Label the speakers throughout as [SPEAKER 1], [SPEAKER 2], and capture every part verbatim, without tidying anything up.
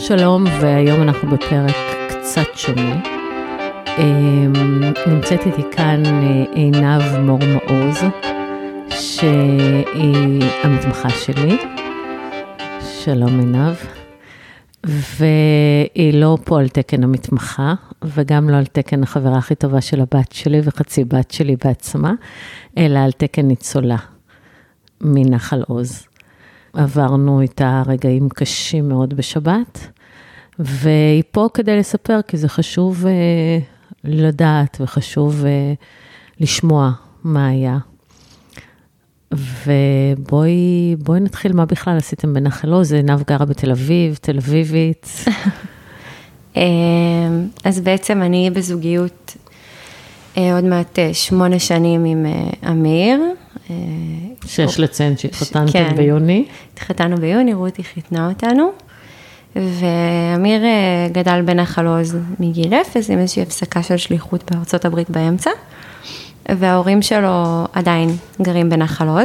[SPEAKER 1] שלום, והיום אנחנו בפרק קצת שונה. נמצאת איתי כאן עינב מור מעוז, שהיא המתמחה שלי. שלום עינב. והיא לא פה על תקן המתמחה, וגם לא על תקן החברה הכי טובה של הבת שלי וחצי בת שלי בעצמה, אלא על תקן ניצולה מנחל עוז. עברנו איתה רגעים קשים מאוד בשבת, והיא פה כדי לספר, כי זה חשוב אה, לדעת וחשוב אה, לשמוע מה היה. ובואי בואי נתחיל מה בכלל עשיתם בנחל עוז, עינב גרה בתל אביב, תל אביבית.
[SPEAKER 2] אז בעצם אני בזוגיות עוד מעט שמונה שנים עם אמיר.
[SPEAKER 1] שיש לציין שהתחתנתם ביוני.
[SPEAKER 2] התחתנו ביוני, רותי חיתנה אותנו. ואמיר גדל בנחל עוז מגיל אפס, עם איזושהי הפסקה של שליחות בארצות הברית באמצע. וההורים שלו עדיין גרים בנחל עוז.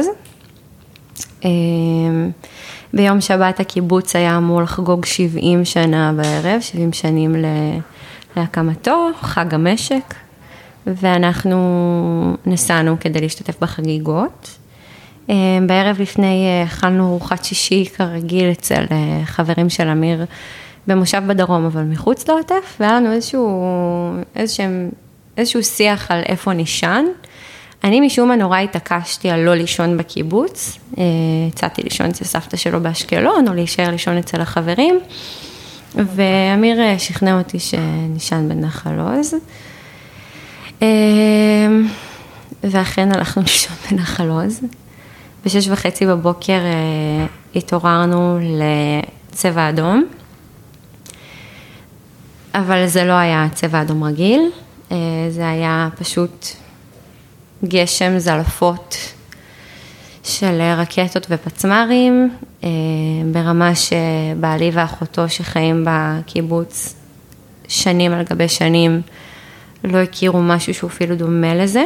[SPEAKER 2] ביום שבת הקיבוץ היה אמור לחגוג שבעים שנה בערב, שבעים שנים להקמתו, חג המשק, ואנחנו נסענו כדי להשתתף בחגיגות. בערב לפני אכלנו ארוחת שישי כרגיל אצל חברים של אמיר במושב בדרום, אבל מחוץ לעוטף, והיה לנו איזשהו, איזשהם, איזשהו שיח על איפה נשען. אני משום מה נורא התעקשתי על לא לישון בקיבוץ, הצעתי לישון אצל סבתא שלו באשקלון, או להישאר לישון אצל החברים, ואמיר שכנע אותי שנשען בנחל עוז, ואכן הלכנו לישון בנחל עוז. בשש וחצי בבוקר התעוררנו לצבע אדום, אבל זה לא היה צבע אדום רגיל, זה היה פשוט גשם, זלפות של רקטות ופצמרים, ברמה שבעלי ואחותו שחיים בקיבוץ שנים על גבי שנים, לא הכירו משהו שהוא אפילו דומה לזה.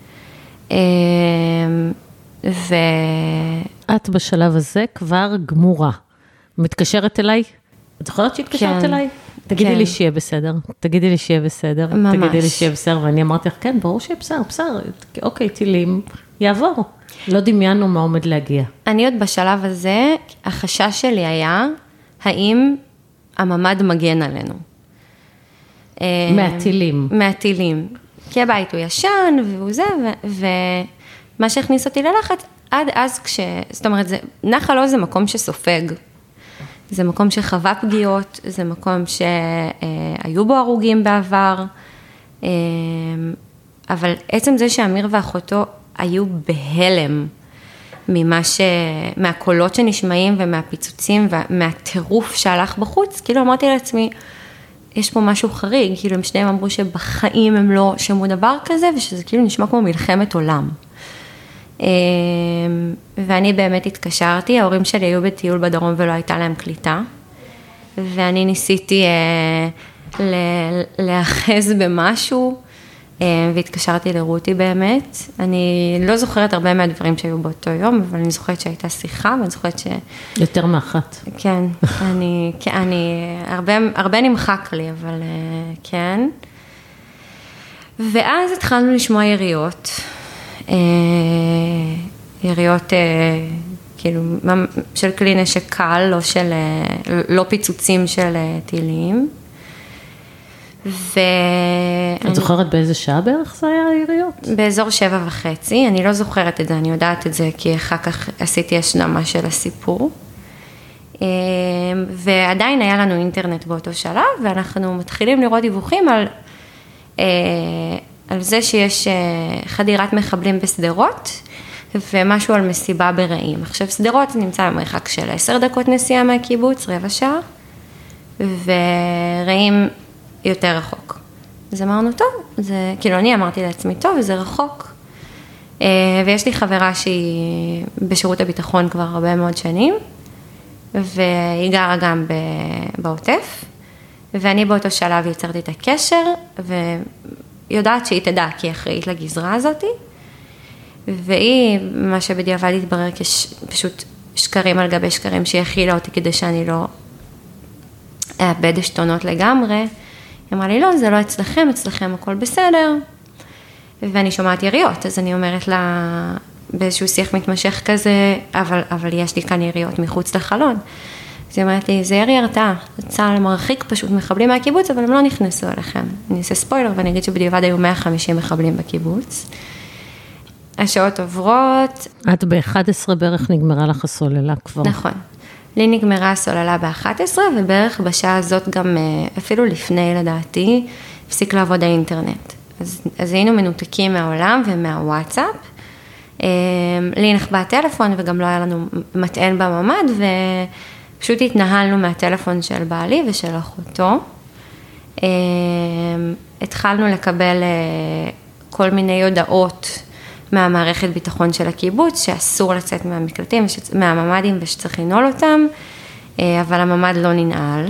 [SPEAKER 2] ו...
[SPEAKER 1] את בשלב הזה כבר גמורה. מתקשרת אליי? את זוכרת שהתקשרת
[SPEAKER 2] כן.
[SPEAKER 1] אליי? תגידי
[SPEAKER 2] כן.
[SPEAKER 1] לי שיהיה בסדר. תגידי לי שיהיה בסדר.
[SPEAKER 2] ממש.
[SPEAKER 1] תגידי לי שיהיה בסדר. ואני אמרתי לך, כן, ברור שיהיה בסדר, בסדר. אוקיי, טילים, יעבור. לא דמיינו מה עומד להגיע.
[SPEAKER 2] אני עוד בשלב הזה, החשש שלי היה, האם הממד מגן עלינו?
[SPEAKER 1] מהטילים.
[SPEAKER 2] מהטילים. כי הבית הוא ישן, והוא זה, ו... ומה שהכניס אותי ללחץ, עד אז כש... זאת אומרת, זה... נחל עוז זה מקום שסופג. זה מקום שחווה פגיעות, זה מקום שהיו בו הרוגים בעבר, אבל עצם זה שאמיר ואחותו היו בהלם ממה ש... מהקולות שנשמעים ומהפיצוצים ומהטירוף שהלך בחוץ, כאילו אמרתי לעצמי, יש פה משהו חריג, כאילו הם שניהם אמרו שבחיים הם לא שמעו דבר כזה, ושזה כאילו נשמע כמו מלחמת עולם. ואני באמת התקשרתי, ההורים שלי היו בטיול בדרום ולא הייתה להם קליטה, ואני ניסיתי להאחז במשהו, והתקשרתי לרותי באמת. אני לא זוכרת הרבה מהדברים שהיו באותו יום, אבל אני זוכרת שהייתה שיחה, ואני זוכרת ש...
[SPEAKER 1] יותר מאחת.
[SPEAKER 2] כן, אני, אני, הרבה, הרבה נמחק לי, אבל כן. ואז התחלנו לשמוע יריות, יריות כאילו של כלי נשק קל, לא של, לא פיצוצים של טילים. ו...
[SPEAKER 1] את זוכרת באיזה שעה בערך זה היה היריות?
[SPEAKER 2] באזור שבע וחצי, אני לא זוכרת את זה, אני יודעת את זה, כי אחר כך עשיתי השלמה של הסיפור. ועדיין היה לנו אינטרנט באותו שלב, ואנחנו מתחילים לראות דיווחים על, על זה שיש חדירת מחבלים בסדרות, ומשהו על מסיבה ברעים. עכשיו, סדרות נמצא במרחק של עשר דקות נסיעה מהקיבוץ, רבע שעה, ורעים יותר רחוק. אז אמרנו, טוב, זה, כאילו אני אמרתי לעצמי, טוב, זה רחוק. ויש לי חברה שהיא בשירות הביטחון כבר הרבה מאוד שנים, והיא גרה גם בעוטף, ואני באותו שלב יצרתי את הקשר, ויודעת שהיא תדע, כי היא אחראית לגזרה הזאת, והיא, מה שבדיעבד התברר כשפשוט שקרים על גבי שקרים, שהיא הכילה אותי כדי שאני לא אאבד עשתונות לגמרי. היא אמרה לי, לא, זה לא אצלכם, אצלכם הכל בסדר. ואני שומעת יריות, אז אני אומרת לה, באיזשהו שיח מתמשך כזה, אבל, אבל יש לי כאן יריות מחוץ לחלון. אז היא אומרת לי, זה ירי הרתעה, צה"ל מרחיק פשוט מחבלים מהקיבוץ, אבל הם לא נכנסו אליכם. אני אעשה ספוילר ואני אגיד שבדיעבד היו מאה וחמישים מחבלים בקיבוץ. השעות עוברות.
[SPEAKER 1] את ב-אחת עשרה בערך נגמרה לך הסוללה כבר.
[SPEAKER 2] נכון. לי נגמרה הסוללה ב-אחת עשרה, ובערך בשעה הזאת גם, אפילו לפני לדעתי, הפסיק לעבוד האינטרנט. אז, אז היינו מנותקים מהעולם ומהוואטסאפ. לי נחבא הטלפון וגם לא היה לנו מטען בממד, ופשוט התנהלנו מהטלפון של בעלי ושל אחותו. התחלנו לקבל כל מיני הודעות מהמערכת ביטחון של הקיבוץ, שאסור לצאת מהמקלטים, מהממדים ושצריך לנעול אותם, אבל הממד לא ננעל.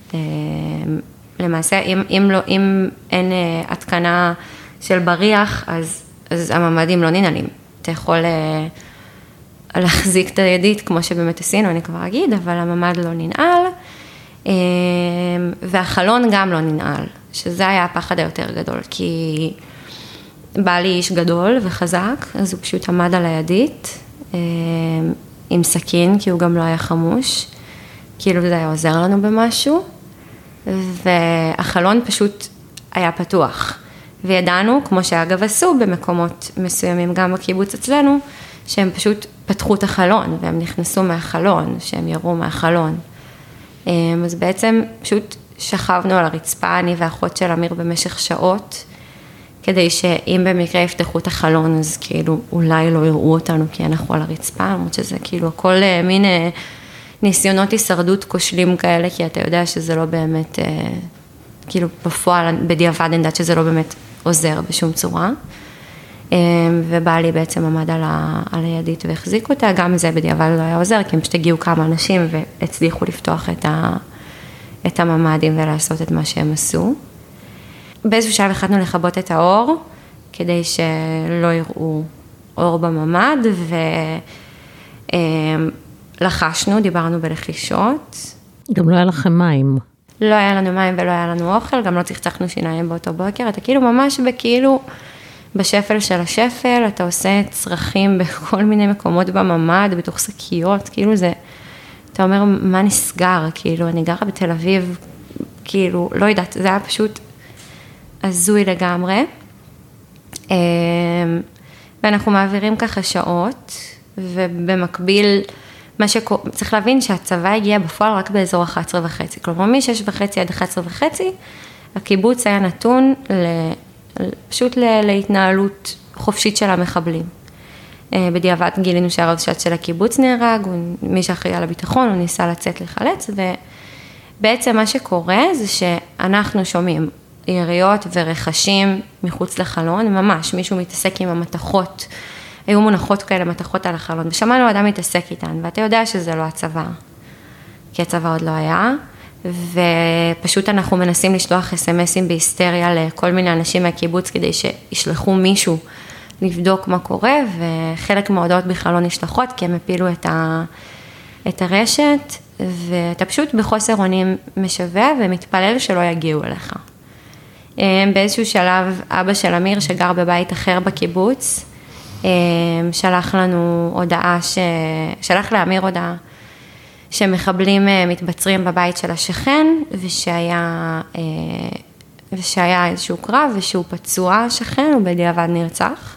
[SPEAKER 2] למעשה, אם, אם, לא, אם אין התקנה של בריח, אז, אז הממדים לא ננעלים. אתה יכול להחזיק את הידית, כמו שבאמת עשינו, אני כבר אגיד, אבל הממד לא ננעל, והחלון גם לא ננעל, שזה היה הפחד היותר גדול, כי בעלי איש גדול וחזק, אז הוא פשוט עמד על הידית, עם סכין, כי הוא גם לא היה חמוש, כאילו זה היה עוזר לנו במשהו, והחלון פשוט היה פתוח. וידענו, כמו שאגב עשו במקומות מסוימים גם בקיבוץ אצלנו, שהם פשוט פתחו את החלון, והם נכנסו מהחלון, שהם ירו מהחלון. אז בעצם פשוט שכבנו על הרצפה, אני ואחות של אמיר במשך שעות, כדי שאם במקרה יפתחו את החלון, אז כאילו אולי לא יראו אותנו, כי אנחנו על הרצפה, למרות שזה כאילו הכל מין ניסיונות הישרדות כושלים כאלה, כי אתה יודע שזה לא באמת, כאילו בפועל, בדיעבד אני יודעת שזה לא באמת עוזר בשום צורה. ובעלי בעצם עמד על, ה, על הידית והחזיק אותה, גם זה בדיעבד לא היה עוזר, כי הם פשוט הגיעו כמה אנשים והצליחו לפתוח את, ה, את הממדים ולעשות את מה שהם עשו. באיזשהו שלב החלטנו לכבות את האור, כדי שלא יראו אור בממד, ולחשנו, דיברנו בלחישות.
[SPEAKER 1] גם לא היה לכם מים.
[SPEAKER 2] לא היה לנו מים ולא היה לנו אוכל, גם לא צחצחנו שיניים באותו בוקר, אתה כאילו ממש בכאילו, בשפל של השפל, אתה עושה צרכים בכל מיני מקומות בממד, בתוך שקיות, כאילו זה, אתה אומר, מה נסגר, כאילו, אני גרה בתל אביב, כאילו, לא יודעת, זה היה פשוט הזוי לגמרי, ואנחנו מעבירים ככה שעות, ובמקביל, מה שצריך להבין שהצבא הגיע בפועל רק באזור אחת עשרה וחצי, כלומר מ-שש וחצי עד אחת עשרה וחצי, הקיבוץ היה נתון פשוט להתנהלות חופשית של המחבלים. בדיעבד גילינו שהרבש"ץ של הקיבוץ נהרג, מי שאחראי על הביטחון, הוא ניסה לצאת לחלץ, ובעצם מה שקורה זה שאנחנו שומעים יריות ורכשים מחוץ לחלון, ממש מישהו מתעסק עם המתכות, היו מונחות כאלה מתכות על החלון, ושמענו אדם מתעסק איתן, ואתה יודע שזה לא הצבא, כי הצבא עוד לא היה, ופשוט אנחנו מנסים לשלוח אס-אמסים בהיסטריה לכל מיני אנשים מהקיבוץ, כדי שישלחו מישהו לבדוק מה קורה, וחלק מההודעות בכלל לא נשלחות, כי הם הפילו את, ה... את הרשת, ואתה פשוט בחוסר אונים משווה, ומתפלל שלא יגיעו אליך. באיזשהו שלב, אבא של אמיר, שגר בבית אחר בקיבוץ, שלח לנו הודעה, ש... שלח לאמיר הודעה, שמחבלים מתבצרים בבית של השכן, ושהיה, ושהיה איזשהו קרב, ושהוא פצוע השכן, הוא בדיעבד נרצח.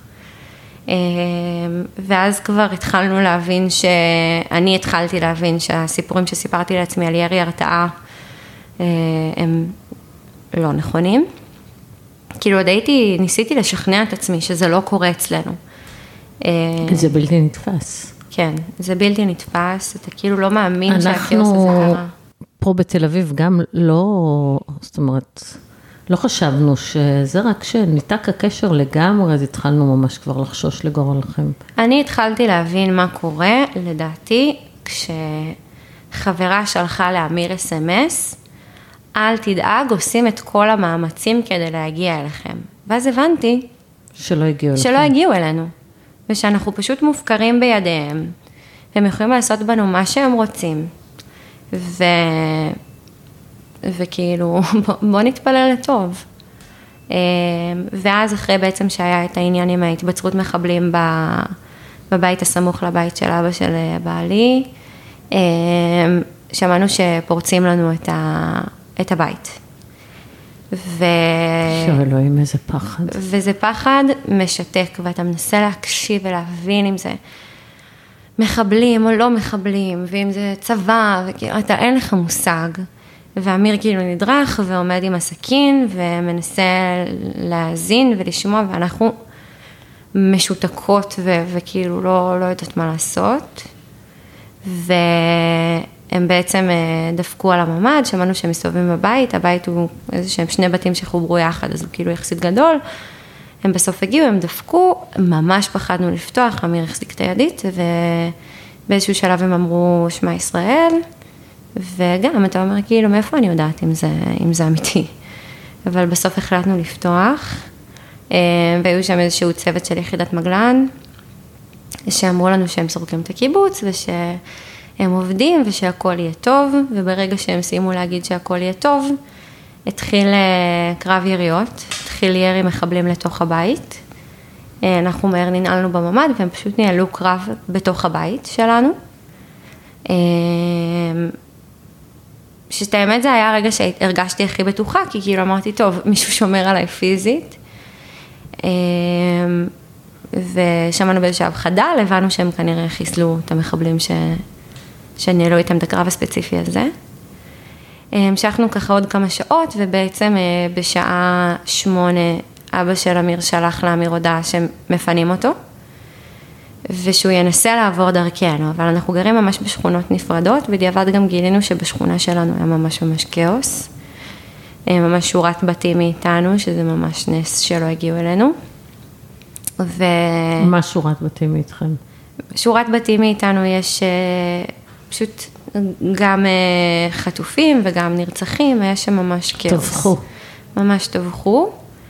[SPEAKER 2] ואז כבר התחלנו להבין, שאני התחלתי להבין שהסיפורים שסיפרתי לעצמי על ירי הרתעה, הם לא נכונים. כאילו עוד הייתי, ניסיתי לשכנע את עצמי שזה לא קורה אצלנו.
[SPEAKER 1] זה בלתי נתפס.
[SPEAKER 2] כן, זה בלתי נתפס, אתה כאילו לא מאמין שהכאוס הזה קרה.
[SPEAKER 1] אנחנו פה בתל אביב גם לא, זאת אומרת, לא חשבנו שזה רק שניתק הקשר לגמרי, אז התחלנו ממש כבר לחשוש לגורלכם.
[SPEAKER 2] אני התחלתי להבין מה קורה, לדעתי, כשחברה שלחה לאמיר אס-אמס, אל תדאג, עושים את כל המאמצים כדי להגיע אליכם. ואז הבנתי,
[SPEAKER 1] שלא הגיעו אליכם.
[SPEAKER 2] שלא הגיעו אלינו. ושאנחנו פשוט מופקרים בידיהם, והם יכולים לעשות בנו מה שהם רוצים. וכאילו, בוא, בוא נתפלל לטוב. ואז אחרי בעצם שהיה את העניין עם ההתבצרות מחבלים בבית הסמוך לבית של אבא של בעלי, שמענו שפורצים לנו את, ה, את הבית. ו...
[SPEAKER 1] שאלוהים, איזה פחד.
[SPEAKER 2] וזה פחד משתק, ואתה מנסה להקשיב ולהבין אם זה מחבלים או לא מחבלים, ואם זה צבא, ואתה אין לך מושג. ואמיר כאילו נדרך ועומד עם הסכין ומנסה להאזין ולשמוע, ואנחנו משותקות ו- וכאילו לא, לא יודעות מה לעשות. והם בעצם דפקו על הממד, שמענו שהם מסתובבים בבית, הבית הוא איזה שהם שני בתים שחוברו יחד, אז הוא כאילו יחסית גדול. הם בסוף הגיעו, הם דפקו, ממש פחדנו לפתוח, אמיר החזיק את הידית, ובאיזשהו שלב הם אמרו שמע ישראל, וגם אתה אומר כאילו מאיפה אני יודעת אם זה, אם זה אמיתי. אבל בסוף החלטנו לפתוח, והיו שם איזשהו צוות של יחידת מגלן, שאמרו לנו שהם סורקים את הקיבוץ, ושהם עובדים ושהכל יהיה טוב, וברגע שהם סיימו להגיד שהכל יהיה טוב, התחיל קרב יריות, התחיל ירי מחבלים לתוך הבית. אנחנו מהר ננעלנו בממד, והם פשוט ניהלו קרב בתוך הבית שלנו. שאת האמת זה היה הרגע שהרגשתי הכי בטוחה, כי כאילו אמרתי, טוב, מישהו שומר עליי פיזית. ושמענו באיזושהי הבחדה, הבנו שהם כנראה חיסלו את המחבלים ש... שניהלו איתם את הקרב הספציפי הזה. המשכנו ככה עוד כמה שעות, ובעצם בשעה שמונה, אבא של אמיר שלח לאמיר הודעה שמפנים אותו, ושהוא ינסה לעבור דרכנו, אבל אנחנו גרים ממש בשכונות נפרדות, בדיעבד גם גילינו שבשכונה שלנו היה ממש ממש כאוס, ממש שורת בתים מאיתנו, שזה ממש נס שלא הגיעו אלינו. ו...
[SPEAKER 1] מה שורת בתים מאיתכם?
[SPEAKER 2] שורת בתים מאיתנו יש פשוט גם חטופים וגם נרצחים, היה שם ממש כאוס.
[SPEAKER 1] טבחו.
[SPEAKER 2] ממש טבחו.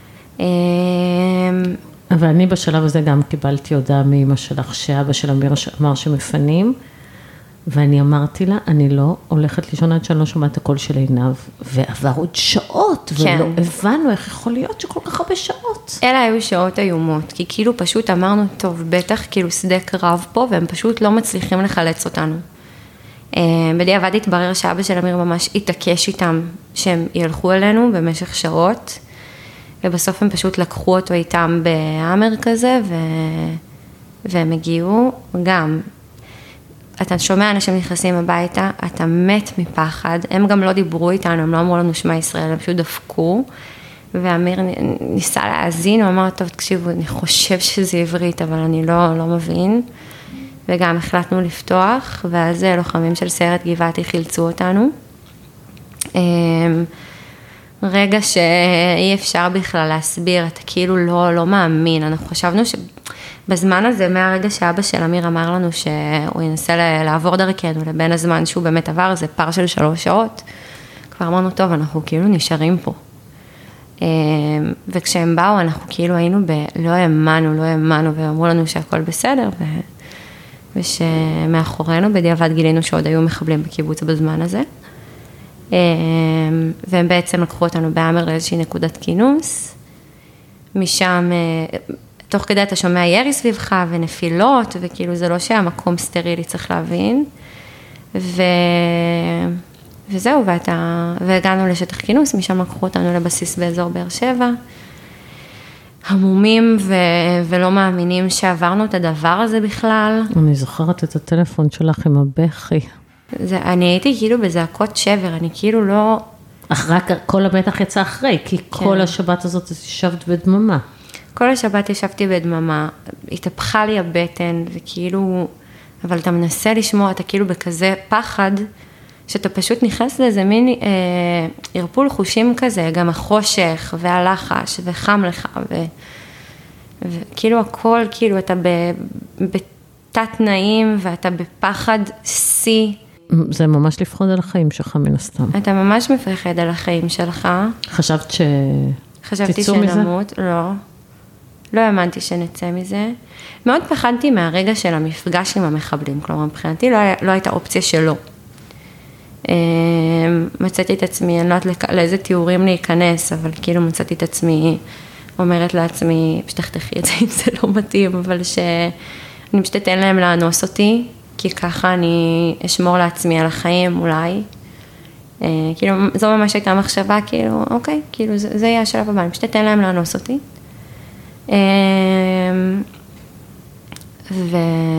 [SPEAKER 1] ואני בשלב הזה גם קיבלתי הודעה מאמא שלך, שאבא של אמיר אמר שמפנים, ואני אמרתי לה, אני לא הולכת לישון עד שאני לא שומעת את הקול של עיניו, ועבר עוד שעות, כן. ולא הבנו איך יכול להיות שכל כך הרבה שעות.
[SPEAKER 2] אלה היו שעות איומות, כי כאילו פשוט אמרנו, טוב, בטח כאילו שדה קרב פה, והם פשוט לא מצליחים לחלץ אותנו. בדיעבד התברר שאבא של אמיר ממש התעקש איתם, שהם ילכו אלינו במשך שעות, ובסוף הם פשוט לקחו אותו איתם בהאמר כזה, ו... והם הגיעו גם. אתה שומע אנשים נכנסים הביתה, אתה מת מפחד, הם גם לא דיברו איתנו, הם לא אמרו לנו שמע ישראל, הם פשוט דפקו, ואמיר ניסה להאזין, הוא אמר, טוב, תקשיבו, אני חושב שזה עברית, אבל אני לא, לא מבין, וגם החלטנו לפתוח, ואז לוחמים של סיירת גבעתי חילצו אותנו. רגע שאי אפשר בכלל להסביר, אתה כאילו לא, לא מאמין, אנחנו חשבנו שבזמן הזה, מהרגע שאבא של אמיר אמר לנו שהוא ינסה לעבור דרכנו, לבין הזמן שהוא באמת עבר, זה פער של שלוש שעות, כבר אמרנו, טוב, אנחנו כאילו נשארים פה. וכשהם באו, אנחנו כאילו היינו ב... לא האמנו, לא האמנו, ואמרו לנו שהכל בסדר, ו... ושמאחורינו בדיעבד גילינו שעוד היו מחבלים בקיבוץ בזמן הזה. והם בעצם לקחו אותנו בהאמר לאיזושהי נקודת כינוס, משם, תוך כדי אתה שומע ירי סביבך ונפילות, וכאילו זה לא שהמקום סטרילי צריך להבין, ו... וזהו, ואתה... והגענו לשטח כינוס, משם לקחו אותנו לבסיס באזור באר שבע, המומים ו... ולא מאמינים שעברנו את הדבר הזה בכלל.
[SPEAKER 1] אני זוכרת את הטלפון שלך עם הבכי.
[SPEAKER 2] זה, אני הייתי כאילו בזעקות שבר, אני כאילו לא...
[SPEAKER 1] אך רק כל המתח יצא אחרי, כי כן. כל השבת הזאת ישבת בדממה.
[SPEAKER 2] כל השבת ישבתי בדממה, התהפכה לי הבטן, וכאילו, אבל אתה מנסה לשמוע, אתה כאילו בכזה פחד, שאתה פשוט נכנס לאיזה מין אה, ערפול חושים כזה, גם החושך והלחש וחם לך, ו, וכאילו הכל, כאילו אתה ב, בתת תנאים, ואתה בפחד שיא,
[SPEAKER 1] זה ממש לפחוד על החיים שלך מן הסתם.
[SPEAKER 2] אתה ממש מפחד על החיים שלך.
[SPEAKER 1] חשבת ש...
[SPEAKER 2] חשבתי שנמות, לא. לא האמנתי שנצא מזה. מאוד פחדתי מהרגע של המפגש עם המחבלים, כלומר, מבחינתי לא, היה, לא הייתה אופציה שלא. מצאתי את עצמי, אני לא יודעת לאיזה תיאורים להיכנס, אבל כאילו מצאתי את עצמי, אומרת לעצמי, שתחתכי את זה אם זה לא מתאים, אבל שאני פשוט אתן להם לאנוס אותי, כי ככה אני אשמור לעצמי על החיים אולי. כאילו, זו ממש הייתה מחשבה, כאילו, אוקיי, כאילו, זה, זה יהיה השלב הבא, אני פשוט אתן להם לאנוס אותי. ו...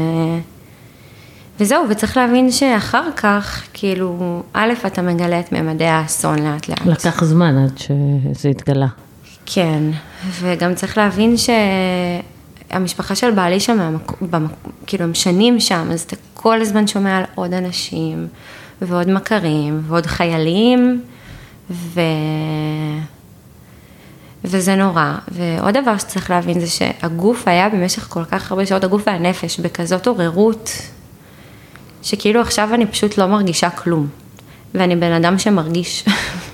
[SPEAKER 2] וזהו, וצריך להבין שאחר כך, כאילו, א', אתה מגלה את ממדי האסון לאט לאט.
[SPEAKER 1] לקח זמן עד שזה התגלה.
[SPEAKER 2] כן, וגם צריך להבין שהמשפחה של בעלי שם, במק... כאילו, הם שנים שם, אז אתה כל הזמן שומע על עוד אנשים, ועוד מכרים, ועוד חיילים, ו... וזה נורא. ועוד דבר שצריך להבין זה שהגוף היה במשך כל כך הרבה שעות, הגוף והנפש, בכזאת עוררות, שכאילו עכשיו אני פשוט לא מרגישה כלום. ואני בן אדם שמרגיש.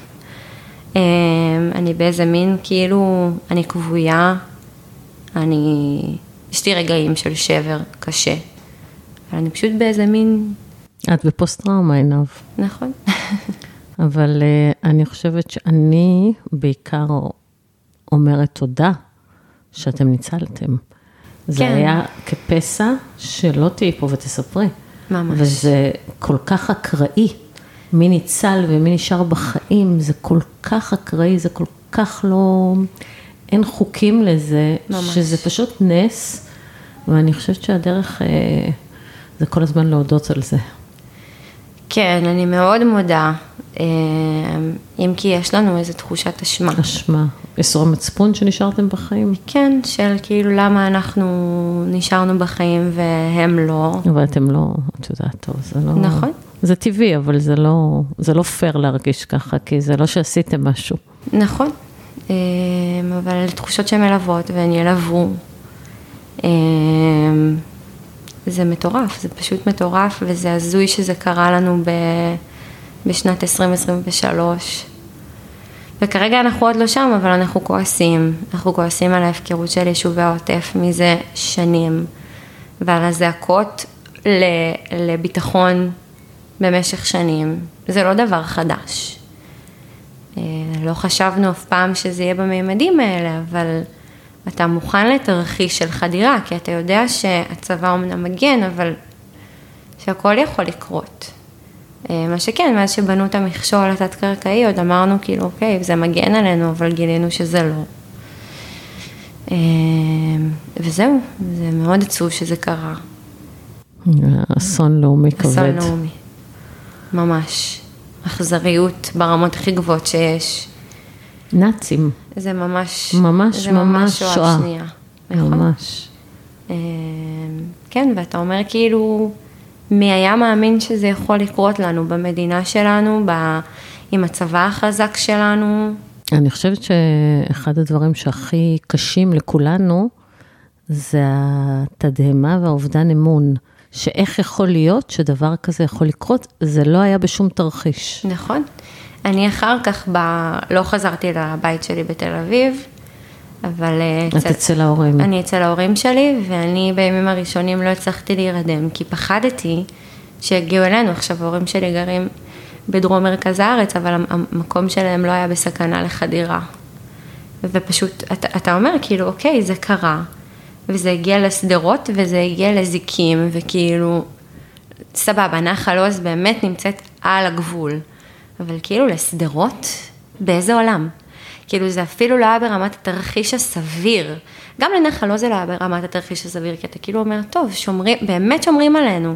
[SPEAKER 2] אני באיזה מין, כאילו, אני כבויה, אני... יש לי רגעים של שבר קשה, אבל אני פשוט באיזה מין...
[SPEAKER 1] את בפוסט-טראומה, עינב.
[SPEAKER 2] נכון.
[SPEAKER 1] אבל uh, אני חושבת שאני בעיקר אומרת תודה שאתם ניצלתם. זה
[SPEAKER 2] כן.
[SPEAKER 1] היה כפסע שלא תהי פה ותספרי.
[SPEAKER 2] ממש.
[SPEAKER 1] וזה כל כך אקראי. מי ניצל ומי נשאר בחיים, זה כל כך אקראי, זה כל כך לא... אין חוקים לזה, ממש. שזה פשוט נס, ואני חושבת שהדרך... Uh, זה כל הזמן להודות על זה.
[SPEAKER 2] כן, אני מאוד מודה, אם כי יש לנו איזו תחושת אשמה.
[SPEAKER 1] אשמה. איסור המצפון שנשארתם בחיים?
[SPEAKER 2] כן, של כאילו למה אנחנו נשארנו בחיים והם לא.
[SPEAKER 1] אבל אתם לא, את יודעת טוב, זה לא...
[SPEAKER 2] נכון.
[SPEAKER 1] זה טבעי, אבל זה לא, זה לא פייר להרגיש ככה, כי זה לא שעשיתם משהו.
[SPEAKER 2] נכון, אבל תחושות שמלוות והן ילוו. זה מטורף, זה פשוט מטורף, וזה הזוי שזה קרה לנו ב... בשנת עשרים עשרים ושלוש. וכרגע אנחנו עוד לא שם, אבל אנחנו כועסים. אנחנו כועסים על ההפקרות של יישובי העוטף מזה שנים, ועל הזעקות לביטחון במשך שנים. זה לא דבר חדש. לא חשבנו אף פעם שזה יהיה בממדים האלה, אבל... אתה מוכן לתרחיש של חדירה, כי אתה יודע שהצבא אומנם מגן, אבל שהכל יכול לקרות. מה שכן, מאז שבנו את המכשול התת-קרקעי, עוד אמרנו כאילו, אוקיי, זה מגן עלינו, אבל גילינו שזה לא. וזהו, זה מאוד עצוב שזה קרה.
[SPEAKER 1] אסון לאומי כבד.
[SPEAKER 2] אסון לאומי, ממש. אכזריות ברמות הכי גבוהות שיש.
[SPEAKER 1] נאצים.
[SPEAKER 2] זה ממש,
[SPEAKER 1] ממש,
[SPEAKER 2] זה
[SPEAKER 1] ממש
[SPEAKER 2] שואה.
[SPEAKER 1] שואה.
[SPEAKER 2] שנייה.
[SPEAKER 1] ממש.
[SPEAKER 2] כן, ואתה אומר כאילו, מי היה מאמין שזה יכול לקרות לנו במדינה שלנו, עם הצבא החזק שלנו?
[SPEAKER 1] אני חושבת שאחד הדברים שהכי קשים לכולנו, זה התדהמה והאובדן אמון. שאיך יכול להיות שדבר כזה יכול לקרות, זה לא היה בשום תרחיש.
[SPEAKER 2] נכון. אני אחר כך ב... לא חזרתי לבית שלי בתל אביב, אבל...
[SPEAKER 1] את אצל, אצל ההורים.
[SPEAKER 2] אני אצל ההורים שלי, ואני בימים הראשונים לא הצלחתי להירדם, כי פחדתי שהגיעו אלינו. עכשיו, ההורים שלי גרים בדרום מרכז הארץ, אבל המקום שלהם לא היה בסכנה לחדירה. ופשוט, אתה, אתה אומר, כאילו, אוקיי, זה קרה, וזה הגיע לסדרות, וזה הגיע לזיקים, וכאילו, סבבה, נחל עוז באמת נמצאת על הגבול. אבל כאילו לסדרות, באיזה עולם? כאילו זה אפילו לא היה ברמת התרחיש הסביר. גם לנחל עוז זה לא היה ברמת התרחיש הסביר, כי אתה כאילו אומר, טוב, שומרים, באמת שומרים עלינו.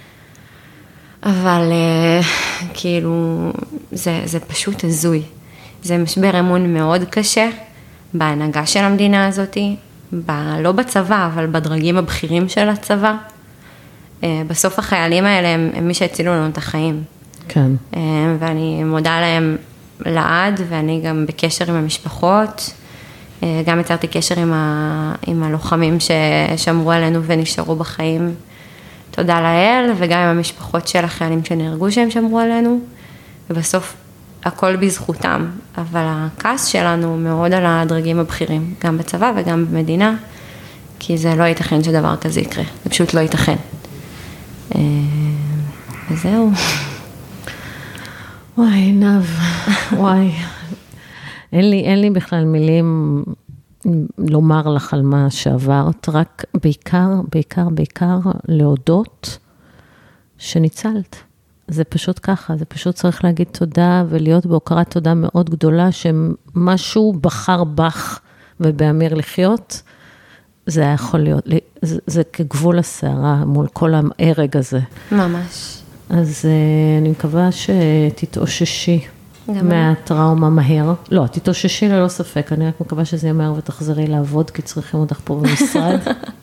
[SPEAKER 2] אבל כאילו, זה, זה פשוט הזוי. זה משבר אמון מאוד קשה, בהנהגה של המדינה הזאת, ב, לא בצבא, אבל בדרגים הבכירים של הצבא. בסוף החיילים האלה הם, הם מי שהצילו לנו את החיים. כן. ואני מודה להם לעד, ואני גם בקשר עם המשפחות, גם יצרתי קשר עם, ה, עם הלוחמים ששמרו עלינו ונשארו בחיים, תודה לאל, וגם עם המשפחות של החיילים שנהרגו שהם שמרו עלינו, ובסוף הכל בזכותם, אבל הכעס שלנו מאוד על הדרגים הבכירים, גם בצבא וגם במדינה, כי זה לא ייתכן שדבר כזה יקרה, זה פשוט לא ייתכן. וזהו.
[SPEAKER 1] וואי, עינב, וואי. אין לי, אין לי בכלל מילים לומר לך על מה שעברת, רק בעיקר, בעיקר, בעיקר להודות שניצלת. זה פשוט ככה, זה פשוט צריך להגיד תודה ולהיות בהוקרת תודה מאוד גדולה, שמשהו בחר בך ובאמיר לחיות, זה היה יכול להיות, זה, זה כגבול הסערה מול כל ההרג הזה.
[SPEAKER 2] ממש.
[SPEAKER 1] אז אני מקווה שתתאוששי מהטראומה מהר. לא, תתאוששי ללא ספק, אני רק מקווה שזה יהיה מהר ותחזרי לעבוד, כי צריכים אותך פה במשרד.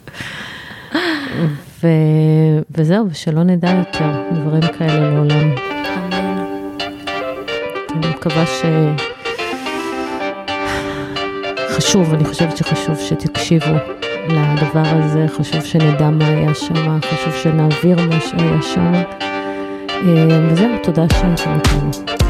[SPEAKER 1] ו... וזהו, ושלא נדע יותר דברים כאלה לעולם.
[SPEAKER 2] אמן.
[SPEAKER 1] אני מקווה ש... חשוב, אני חושבת שחשוב שתקשיבו לדבר הזה, חשוב שנדע מה היה שם, חשוב שנעביר מה שהיה שם. וזהו, תודה שהייתם איתנו.